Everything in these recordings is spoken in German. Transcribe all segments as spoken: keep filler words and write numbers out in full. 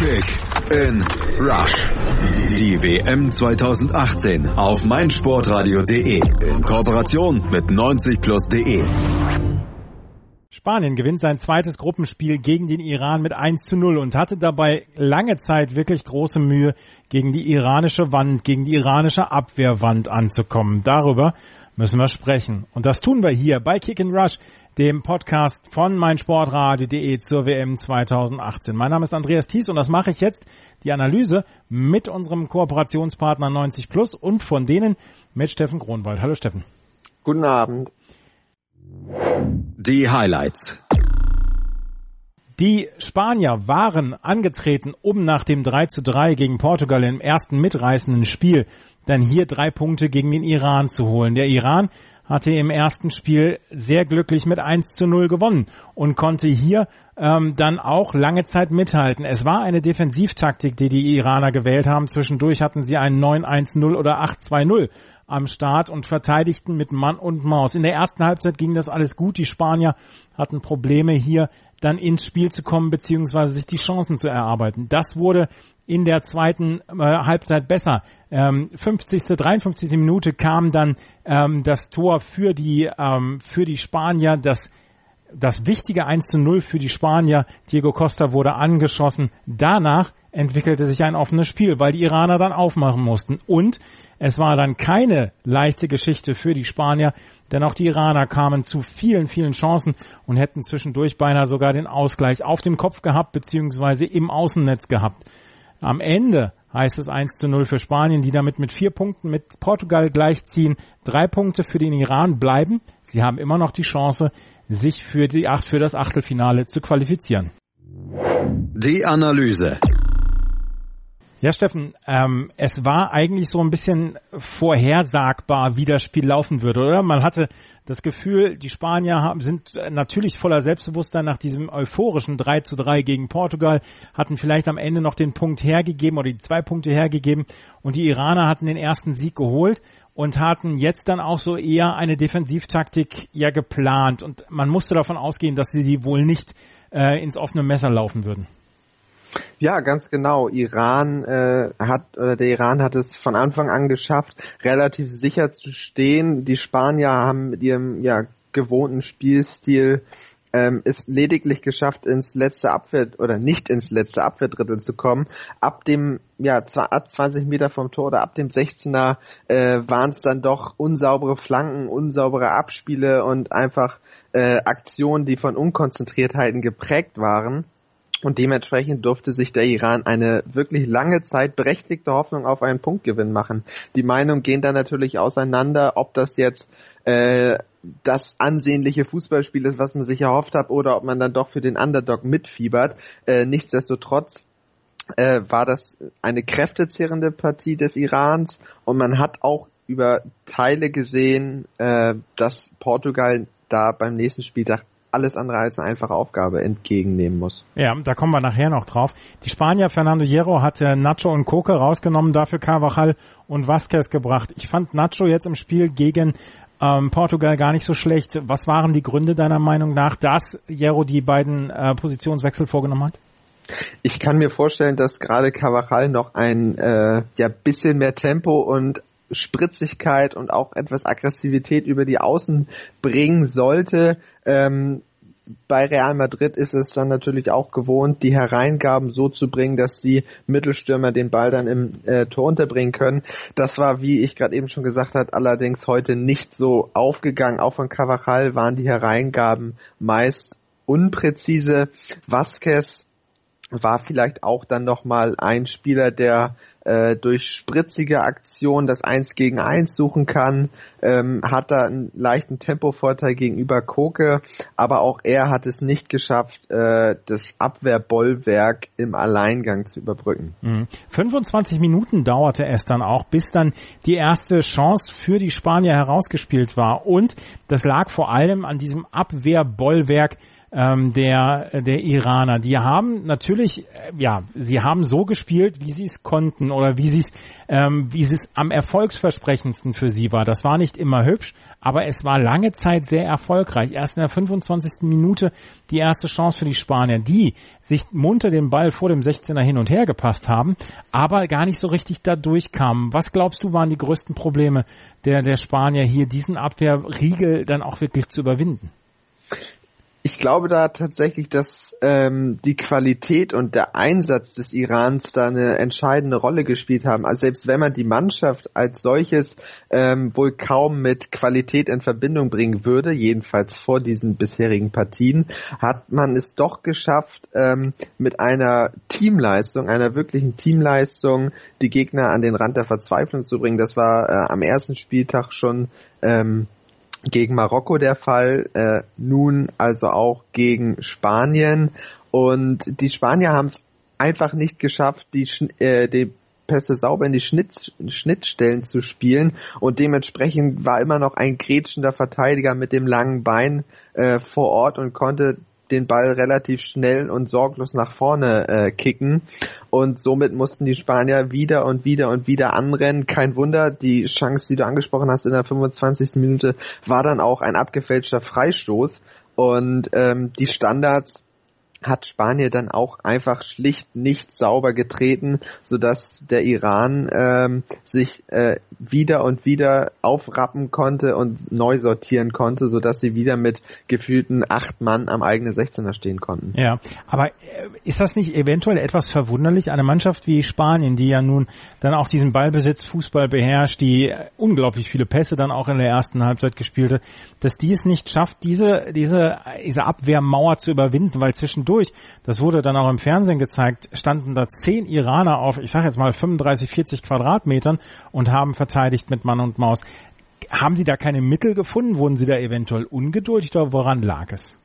Kick in Rush. Die W M zwanzig achtzehn auf meinsportradio punkt de in Kooperation mit neunzig plus punkt de. Spanien gewinnt sein zweites Gruppenspiel gegen den Iran mit eins zu null und hatte dabei lange Zeit wirklich große Mühe, gegen die iranische Wand, gegen die iranische Abwehrwand anzukommen. Darüber müssen wir sprechen. Und das tun wir hier bei Kick in Rush, dem Podcast von meinsportradio punkt de zur W M zwanzig achtzehn. Mein Name ist Andreas Thies und das mache ich jetzt, die Analyse mit unserem Kooperationspartner neunzig plus und von denen mit Steffen Kronwald. Hallo Steffen. Guten Abend. Die Highlights. Die Spanier waren angetreten, um nach dem drei zu drei gegen Portugal im ersten mitreißenden Spiel dann hier drei Punkte gegen den Iran zu holen. Der Iran hatte im ersten Spiel sehr glücklich mit eins zu null gewonnen und konnte hier ähm, dann auch lange Zeit mithalten. Es war eine Defensivtaktik, die die Iraner gewählt haben. Zwischendurch hatten sie einen neun eins null oder acht zwei null am Start und verteidigten mit Mann und Maus. In der ersten Halbzeit ging das alles gut. Die Spanier hatten Probleme, hier dann ins Spiel zu kommen beziehungsweise sich die Chancen zu erarbeiten. Das wurde in der zweiten äh, Halbzeit besser. Ähm, fünfzigste, dreiundfünfzigste Minute kam dann ähm, das Tor für die ähm, für die Spanier, das das wichtige eins zu null für die Spanier. Diego Costa wurde angeschossen. Danach entwickelte sich ein offenes Spiel, weil die Iraner dann aufmachen mussten. Und es war dann keine leichte Geschichte für die Spanier, denn auch die Iraner kamen zu vielen, vielen Chancen und hätten zwischendurch beinahe sogar den Ausgleich auf dem Kopf gehabt, beziehungsweise im Außennetz gehabt. Am Ende heißt es eins zu null für Spanien, die damit mit vier Punkten mit Portugal gleichziehen. Drei Punkte für den Iran bleiben. Sie haben immer noch die Chance, sich für die acht, für das Achtelfinale zu qualifizieren. Die Analyse. Ja, Steffen, ähm, es war eigentlich so ein bisschen vorhersagbar, wie das Spiel laufen würde, oder? Man hatte das Gefühl, die Spanier haben, sind natürlich voller Selbstbewusstsein nach diesem euphorischen drei zu drei gegen Portugal, hatten vielleicht am Ende noch den Punkt hergegeben oder die zwei Punkte hergegeben und die Iraner hatten den ersten Sieg geholt und hatten jetzt dann auch so eher eine Defensivtaktik ja geplant und man musste davon ausgehen, dass sie die wohl nicht äh, ins offene Messer laufen würden. Ja, ganz genau. Iran äh, hat oder der Iran hat es von Anfang an geschafft, relativ sicher zu stehen. Die Spanier haben mit ihrem ja gewohnten Spielstil ähm, es lediglich geschafft, ins letzte Abwehr oder nicht ins letzte Abwehrdrittel zu kommen. Ab dem ja ab zwanzig Meter vom Tor oder ab dem sechzehner äh, waren es dann doch unsaubere Flanken, unsaubere Abspiele und einfach äh, Aktionen, die von Unkonzentriertheiten geprägt waren. Und dementsprechend durfte sich der Iran eine wirklich lange Zeit berechtigte Hoffnung auf einen Punktgewinn machen. Die Meinungen gehen da natürlich auseinander, ob das jetzt äh, das ansehnliche Fußballspiel ist, was man sich erhofft hat, oder ob man dann doch für den Underdog mitfiebert. Äh, nichtsdestotrotz äh, war das eine kräftezehrende Partie des Irans und man hat auch über Teile gesehen, äh, dass Portugal da beim nächsten Spieltag alles andere als eine einfache Aufgabe entgegennehmen muss. Ja, da kommen wir nachher noch drauf. Die Spanier, Fernando Hierro, hat Nacho und Koke rausgenommen, dafür Carvajal und Vázquez gebracht. Ich fand Nacho jetzt im Spiel gegen ähm, Portugal gar nicht so schlecht. Was waren die Gründe deiner Meinung nach, dass Hierro die beiden äh, Positionswechsel vorgenommen hat? Ich kann mir vorstellen, dass gerade Carvajal noch ein äh, ja bisschen mehr Tempo und Spritzigkeit und auch etwas Aggressivität über die Außen bringen sollte. Ähm, bei Real Madrid ist es dann natürlich auch gewohnt, die Hereingaben so zu bringen, dass die Mittelstürmer den Ball dann im äh, Tor unterbringen können. Das war, wie ich gerade eben schon gesagt habe, allerdings heute nicht so aufgegangen. Auch von Carvajal waren die Hereingaben meist unpräzise. Vázquez war vielleicht auch dann nochmal ein Spieler, der äh, durch spritzige Aktionen das Eins gegen Eins suchen kann, ähm, hat da einen leichten Tempovorteil gegenüber Koke, aber auch er hat es nicht geschafft, äh, das Abwehrbollwerk im Alleingang zu überbrücken. Mhm. fünfundzwanzig Minuten dauerte es dann auch, bis dann die erste Chance für die Spanier herausgespielt war und das lag vor allem an diesem Abwehrbollwerk ähm, der der Iraner. Die haben natürlich, äh, ja, sie haben so gespielt, wie sie es konnten oder wie sie es, ähm, wie es am erfolgsversprechendsten für sie war. Das war nicht immer hübsch, aber es war lange Zeit sehr erfolgreich. Erst in der fünfundzwanzigsten Minute die erste Chance für die Spanier, die sich munter den Ball vor dem sechzehner hin und her gepasst haben, aber gar nicht so richtig da durchkamen. Was glaubst du, waren die größten Probleme der, der Spanier hier, diesen Abwehrriegel dann auch wirklich zu überwinden? Ich glaube da tatsächlich, dass ähm, die Qualität und der Einsatz des Irans da eine entscheidende Rolle gespielt haben. Also selbst wenn man die Mannschaft als solches ähm, wohl kaum mit Qualität in Verbindung bringen würde, jedenfalls vor diesen bisherigen Partien, hat man es doch geschafft, ähm, mit einer Teamleistung, einer wirklichen Teamleistung, die Gegner an den Rand der Verzweiflung zu bringen. Das war äh, am ersten Spieltag schon ähm, gegen Marokko der Fall, äh, nun also auch gegen Spanien, und die Spanier haben es einfach nicht geschafft, die, äh, die Pässe sauber in die Schnitt, Schnittstellen zu spielen, und dementsprechend war immer noch ein grätschender Verteidiger mit dem langen Bein äh, vor Ort und konnte den Ball relativ schnell und sorglos nach vorne äh, kicken, und somit mussten die Spanier wieder und wieder und wieder anrennen. Kein Wunder, die Chance, die du angesprochen hast in der fünfundzwanzigsten Minute, war dann auch ein abgefälschter Freistoß, und ähm, die Standards hat Spanien dann auch einfach schlicht nicht sauber getreten, sodass der Iran ähm, sich äh, wieder und wieder aufrappen konnte und neu sortieren konnte, sodass sie wieder mit gefühlten acht Mann am eigenen sechzehner stehen konnten. Ja, aber ist das nicht eventuell etwas verwunderlich? Eine Mannschaft wie Spanien, die ja nun dann auch diesen Ballbesitz, Fußball beherrscht, die unglaublich viele Pässe dann auch in der ersten Halbzeit gespielt hat, dass die es nicht schafft, diese diese diese Abwehrmauer zu überwinden, weil zwischendurch, das wurde dann auch im Fernsehen gezeigt, standen da zehn Iraner auf, ich sage jetzt mal fünfunddreißig, vierzig Quadratmetern und haben verteidigt mit Mann und Maus. Haben Sie da keine Mittel gefunden? Wurden Sie da eventuell ungeduldig oder woran lag es?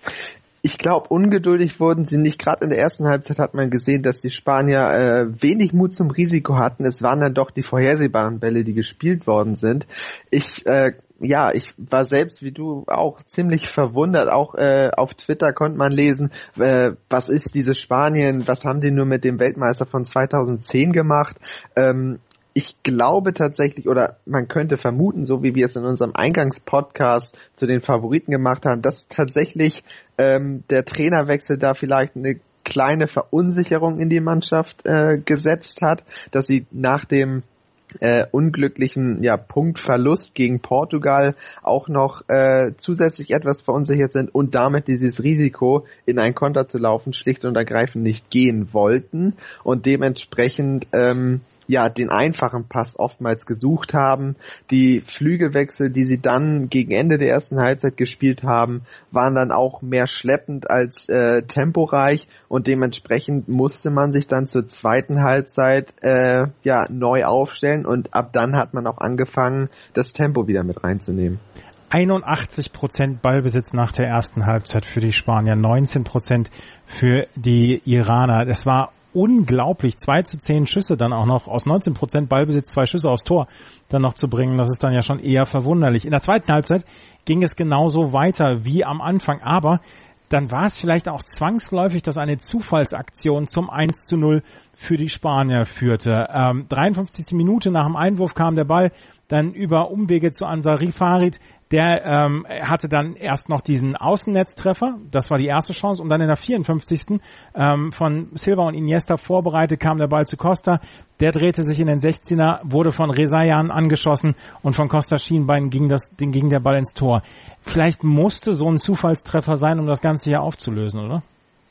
Ich glaube, ungeduldig wurden sie nicht. Gerade in der ersten Halbzeit hat man gesehen, dass die Spanier äh, wenig Mut zum Risiko hatten. Es waren dann doch die vorhersehbaren Bälle, die gespielt worden sind. Ich äh, ja, ich war selbst wie du auch ziemlich verwundert. Auch äh, auf Twitter konnte man lesen, äh, was ist dieses Spanien, was haben die nur mit dem Weltmeister von zweitausendzehn gemacht. Ähm, Ich glaube tatsächlich, oder man könnte vermuten, so wie wir es in unserem Eingangspodcast zu den Favoriten gemacht haben, dass tatsächlich ähm, der Trainerwechsel da vielleicht eine kleine Verunsicherung in die Mannschaft äh, gesetzt hat, dass sie nach dem äh, unglücklichen ja, Punktverlust gegen Portugal auch noch äh, zusätzlich etwas verunsichert sind und damit dieses Risiko, in ein Konter zu laufen, schlicht und ergreifend nicht gehen wollten und dementsprechend ähm, ja, den einfachen Pass oftmals gesucht haben. Die Flügelwechsel, die sie dann gegen Ende der ersten Halbzeit gespielt haben, waren dann auch mehr schleppend als äh, temporeich und dementsprechend musste man sich dann zur zweiten Halbzeit äh, ja neu aufstellen und ab dann hat man auch angefangen, das Tempo wieder mit reinzunehmen. einundachtzig Prozent Ballbesitz nach der ersten Halbzeit für die Spanier, neunzehn Prozent für die Iraner. Das war unglaublich, zwei zu zehn Schüsse dann auch noch, aus neunzehn Prozent Ballbesitz zwei Schüsse aufs Tor dann noch zu bringen, das ist dann ja schon eher verwunderlich. In der zweiten Halbzeit ging es genauso weiter wie am Anfang, aber dann war es vielleicht auch zwangsläufig, dass eine Zufallsaktion zum eins zu null für die Spanier führte. Ähm, dreiundfünfzigste Minute nach dem Einwurf kam der Ball dann über Umwege zu Ansari Farid. Der ähm, hatte dann erst noch diesen Außennetztreffer, das war die erste Chance, und dann in der vierundfünfzigsten Ähm, von Silva und Iniesta vorbereitet kam der Ball zu Costa. Der drehte sich in den sechzehner, wurde von Rezayan angeschossen und von Costas Schienbein ging, das, ging der Ball ins Tor. Vielleicht musste so ein Zufallstreffer sein, um das Ganze hier aufzulösen, oder?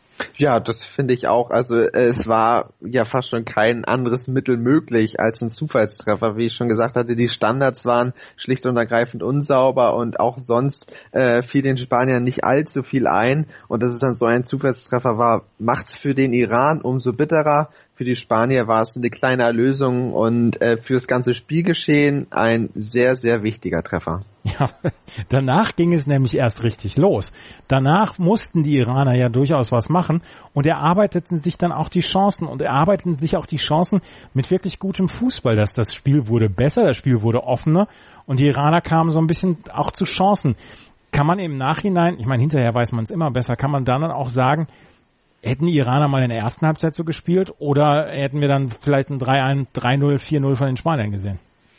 Ja, das finde ich auch. Also es war ja fast schon kein anderes Mittel möglich als ein Zufallstreffer. Wie ich schon gesagt hatte, die Standards waren schlicht und ergreifend unsauber und auch sonst äh, fiel den Spaniern nicht allzu viel ein. Und dass es dann so ein Zufallstreffer war, macht's für den Iran umso bitterer. Für die Spanier war es eine kleine Erlösung und äh, fürs ganze Spielgeschehen ein sehr, sehr wichtiger Treffer. Ja, danach ging es nämlich erst richtig los. Danach mussten die Iraner ja durchaus was machen und erarbeiteten sich dann auch die Chancen und erarbeiteten sich auch die Chancen mit wirklich gutem Fußball. Das, das Spiel wurde besser, das Spiel wurde offener und die Iraner kamen so ein bisschen auch zu Chancen. Kann man im Nachhinein, ich meine, hinterher weiß man es immer besser, kann man dann auch sagen, hätten die Iraner mal in der ersten Halbzeit so gespielt oder hätten wir dann vielleicht ein drei eins, drei null, vier null von den Spaniern gesehen?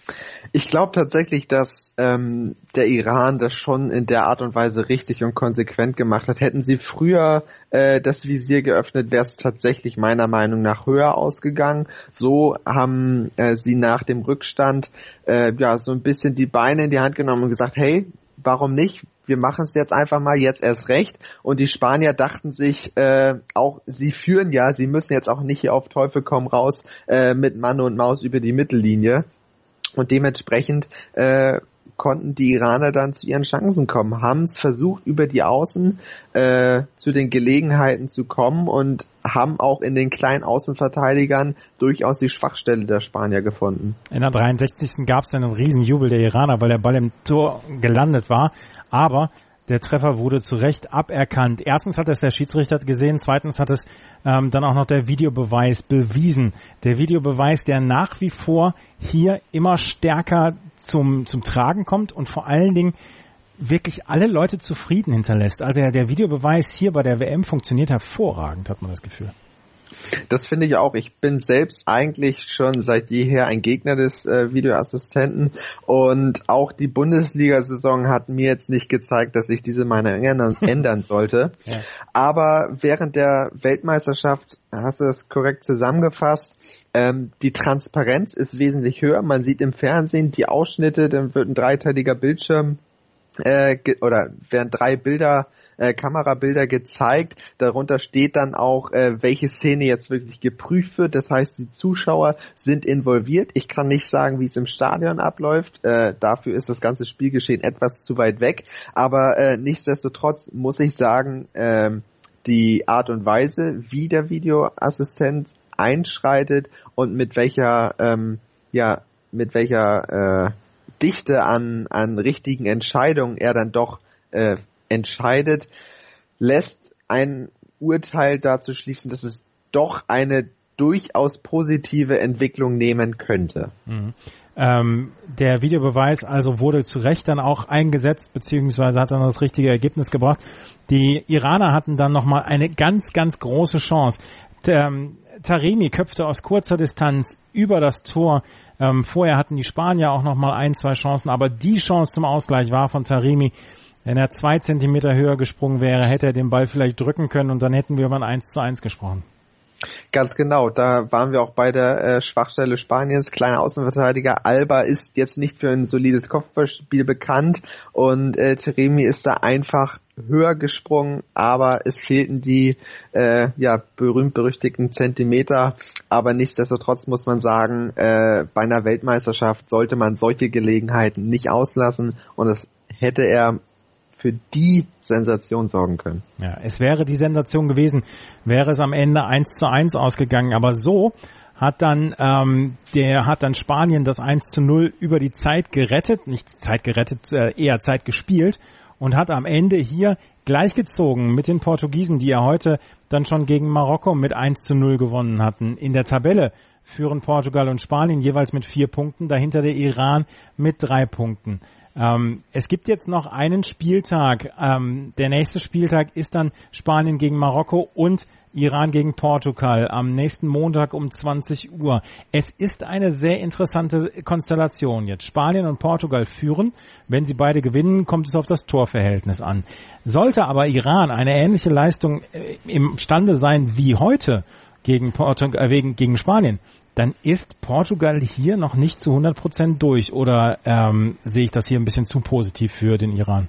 Ich glaube tatsächlich, dass ähm, der Iran das schon in der Art und Weise richtig und konsequent gemacht hat. Hätten sie früher äh, das Visier geöffnet, wäre es tatsächlich meiner Meinung nach höher ausgegangen. So haben äh, sie nach dem Rückstand äh, ja so ein bisschen die Beine in die Hand genommen und gesagt, hey, warum nicht? Wir machen es jetzt einfach mal, jetzt erst recht. Und die Spanier dachten sich äh, auch, sie führen ja, sie müssen jetzt auch nicht hier auf Teufel komm raus äh, mit Mann und Maus über die Mittellinie. Und dementsprechend äh, konnten die Iraner dann zu ihren Chancen kommen, haben es versucht, über die Außen äh, zu den Gelegenheiten zu kommen und haben auch in den kleinen Außenverteidigern durchaus die Schwachstelle der Spanier gefunden. In der dreiundsechzigsten gab es einen Riesenjubel der Iraner, weil der Ball im Tor gelandet war, aber der Treffer wurde zu Recht aberkannt. Erstens hat es der Schiedsrichter gesehen, zweitens hat es ähm, dann auch noch der Videobeweis bewiesen. Der Videobeweis, der nach wie vor hier immer stärker zum zum Tragen kommt und vor allen Dingen wirklich alle Leute zufrieden hinterlässt. Also der Videobeweis hier bei der W M funktioniert hervorragend, hat man das Gefühl. Das finde ich auch. Ich bin selbst eigentlich schon seit jeher ein Gegner des äh, Videoassistenten und auch die Bundesliga-Saison hat mir jetzt nicht gezeigt, dass ich diese Meinung ändern, ändern sollte. Ja. Aber während der Weltmeisterschaft, hast du das korrekt zusammengefasst, ähm, die Transparenz ist wesentlich höher. Man sieht im Fernsehen die Ausschnitte, dann wird ein dreiteiliger Bildschirm äh, ge- oder werden drei Bilder Äh, Kamerabilder gezeigt. Darunter steht dann auch, äh, welche Szene jetzt wirklich geprüft wird. Das heißt, die Zuschauer sind involviert. Ich kann nicht sagen, wie es im Stadion abläuft. Äh, dafür ist das ganze Spielgeschehen etwas zu weit weg. Aber äh, nichtsdestotrotz muss ich sagen, äh, die Art und Weise, wie der Videoassistent einschreitet und mit welcher, ähm, ja, mit welcher äh, Dichte an an richtigen Entscheidungen er dann doch äh, entscheidet, lässt ein Urteil dazu schließen, dass es doch eine durchaus positive Entwicklung nehmen könnte. Mhm. Ähm, der Videobeweis also wurde zu Recht dann auch eingesetzt, beziehungsweise hat dann das richtige Ergebnis gebracht. Die Iraner hatten dann nochmal eine ganz, ganz große Chance. Ähm, Taremi köpfte aus kurzer Distanz über das Tor. Ähm, vorher hatten die Spanier auch nochmal ein, zwei Chancen, aber die Chance zum Ausgleich war von Taremi. Wenn er zwei Zentimeter höher gesprungen wäre, hätte er den Ball vielleicht drücken können und dann hätten wir über ein eins zu eins gesprochen. Ganz genau, da waren wir auch bei der äh, Schwachstelle Spaniens. Kleiner Außenverteidiger Alba ist jetzt nicht für ein solides Kopfballspiel bekannt und äh, Taremi ist da einfach höher gesprungen, aber es fehlten die äh, ja berühmt-berüchtigten Zentimeter. Aber nichtsdestotrotz muss man sagen, äh, bei einer Weltmeisterschaft sollte man solche Gelegenheiten nicht auslassen und das hätte er für die Sensation sorgen können. Ja, es wäre die Sensation gewesen, wäre es am Ende eins zu eins ausgegangen, aber so hat dann ähm, der hat dann Spanien das eins zu null über die Zeit gerettet, nicht Zeit gerettet, äh, eher Zeit gespielt und hat am Ende hier gleichgezogen mit den Portugiesen, die ja heute dann schon gegen Marokko mit eins zu null gewonnen hatten. In der Tabelle führen Portugal und Spanien jeweils mit vier Punkten, dahinter der Iran mit drei Punkten. Ähm, es gibt jetzt noch einen Spieltag. Ähm, der nächste Spieltag ist dann Spanien gegen Marokko und Iran gegen Portugal am nächsten Montag um zwanzig Uhr. Es ist eine sehr interessante Konstellation jetzt. Spanien und Portugal führen. Wenn sie beide gewinnen, kommt es auf das Torverhältnis an. Sollte aber Iran eine ähnliche Leistung äh, imstande sein wie heute gegen Portugal, äh, gegen Spanien, dann ist Portugal hier noch nicht zu hundert Prozent durch. Oder ähm, sehe ich das hier ein bisschen zu positiv für den Iran?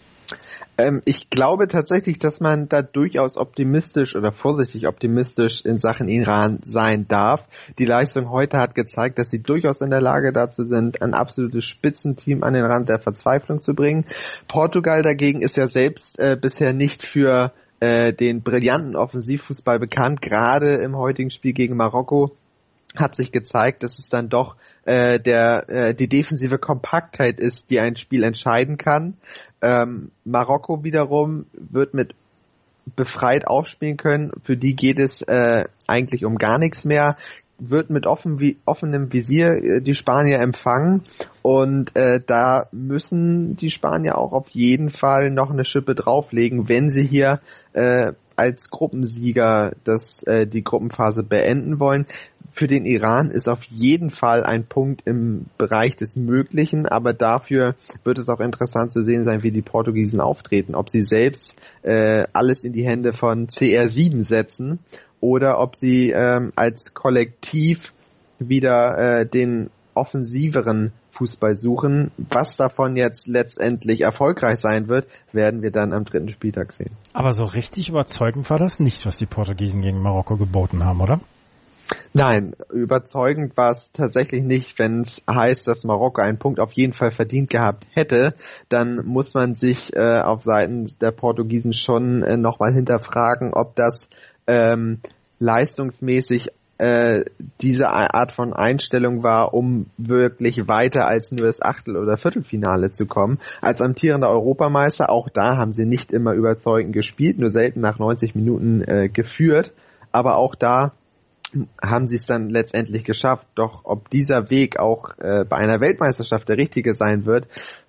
Ähm, ich glaube tatsächlich, dass man da durchaus optimistisch oder vorsichtig optimistisch in Sachen Iran sein darf. Die Leistung heute hat gezeigt, dass sie durchaus in der Lage dazu sind, ein absolutes Spitzenteam an den Rand der Verzweiflung zu bringen. Portugal dagegen ist ja selbst äh, bisher nicht für äh, den brillanten Offensivfußball bekannt. Gerade im heutigen Spiel gegen Marokko hat sich gezeigt, dass es dann doch äh, der äh, die defensive Kompaktheit ist, die ein Spiel entscheiden kann. Ähm, Marokko wiederum wird mit befreit aufspielen können. Für die geht es äh, eigentlich um gar nichts mehr. wird mit offen, wie, offenem Visier äh, die Spanier empfangen und äh, da müssen die Spanier auch auf jeden Fall noch eine Schippe drauflegen, wenn sie hier äh, als Gruppensieger das, äh, die Gruppenphase beenden wollen. Für den Iran ist auf jeden Fall ein Punkt im Bereich des Möglichen, aber dafür wird es auch interessant zu sehen sein, wie die Portugiesen auftreten, ob sie selbst äh, alles in die Hände von C R sieben setzen oder ob sie ähm, als Kollektiv wieder äh, den offensiveren Fußball suchen. Was davon jetzt letztendlich erfolgreich sein wird, werden wir dann am dritten Spieltag sehen. Aber so richtig überzeugend war das nicht, was die Portugiesen gegen Marokko geboten haben, oder? Nein, überzeugend war es tatsächlich nicht. Wenn es heißt, dass Marokko einen Punkt auf jeden Fall verdient gehabt hätte, dann muss man sich äh, auf Seiten der Portugiesen schon äh, nochmal hinterfragen, ob das ähm, leistungsmäßig äh, diese Art von Einstellung war, um wirklich weiter als nur das Achtel- oder Viertelfinale zu kommen. Als amtierender Europameister, auch da haben sie nicht immer überzeugend gespielt, nur selten nach neunzig Minuten äh, geführt, aber auch da haben sie es dann letztendlich geschafft. Doch ob dieser Weg auch äh, bei einer Weltmeisterschaft der richtige sein wird,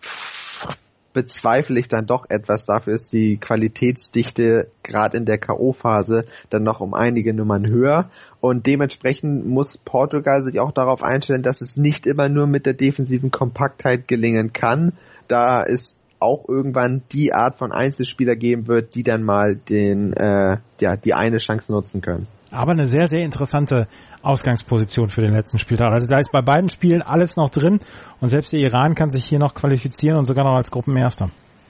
bezweifle ich dann doch etwas. Dafür ist die Qualitätsdichte gerade in der K O-Phase dann noch um einige Nummern höher. Und dementsprechend muss Portugal sich auch darauf einstellen, dass es nicht immer nur mit der defensiven Kompaktheit gelingen kann. Da ist auch irgendwann die Art von Einzelspieler geben wird, die dann mal den äh, ja die eine Chance nutzen können. Aber eine sehr, sehr interessante Ausgangsposition für den letzten Spieltag. Also da ist bei beiden Spielen alles noch drin und selbst der Iran kann sich hier noch qualifizieren und sogar noch als Gruppenerster.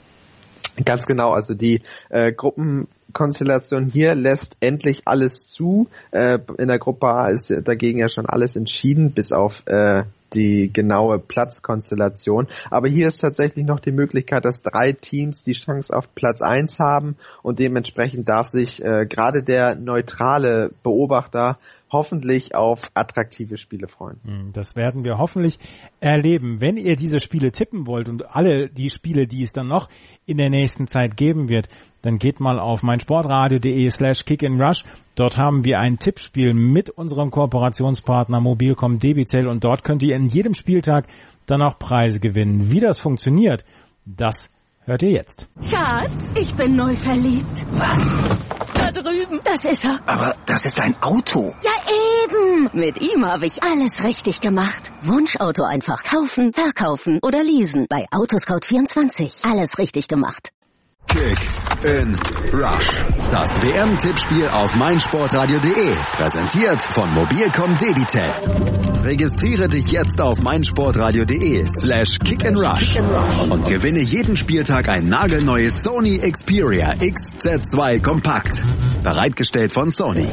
Ganz genau, also die äh, Gruppenkonstellation hier lässt endlich alles zu. Äh, in der Gruppe A ist dagegen ja schon alles entschieden, bis auf äh, die genaue Platzkonstellation. Aber hier ist tatsächlich noch die Möglichkeit, dass drei Teams die Chance auf Platz eins haben und dementsprechend darf sich äh, gerade der neutrale Beobachter hoffentlich auf attraktive Spiele freuen. Das werden wir hoffentlich erleben. Wenn ihr diese Spiele tippen wollt und alle die Spiele, die es dann noch in der nächsten Zeit geben wird, dann geht mal auf meinsportradio.de slash kickandrush. Dort haben wir ein Tippspiel mit unserem Kooperationspartner Mobilcom Debitel und dort könnt ihr in jedem Spieltag dann auch Preise gewinnen. Wie das funktioniert, das hört ihr jetzt. Schatz, ich bin neu verliebt. Was? Da drüben. Das ist er. Aber das ist ein Auto. Ja, eben. Mit ihm habe ich alles richtig gemacht. Wunschauto einfach kaufen, verkaufen oder leasen. Bei Autoscout vierundzwanzig. Alles richtig gemacht. Kick in Rush. Das W M-Tippspiel auf meinsportradio.de. Präsentiert von Mobilcom Debitel. Registriere dich jetzt auf meinsportradio.de slash kick and rush und gewinne jeden Spieltag ein nagelneues Sony Xperia X Z zwei Kompakt. Bereitgestellt von Sony.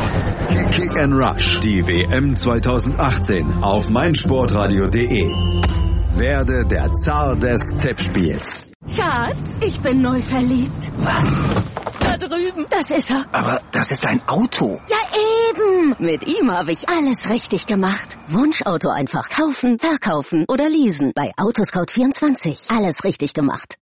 Kick and Rush. Die W M zwanzig achtzehn auf meinsportradio.de. Werde der Zar des Tippspiels. Schatz, ich bin neu verliebt. Was? Da drüben. Das ist er. Aber das ist ein Auto. Ja, eben. Mit ihm habe ich alles richtig gemacht. Wunschauto einfach kaufen, verkaufen oder leasen. Bei Autoscout vierundzwanzig. Alles richtig gemacht.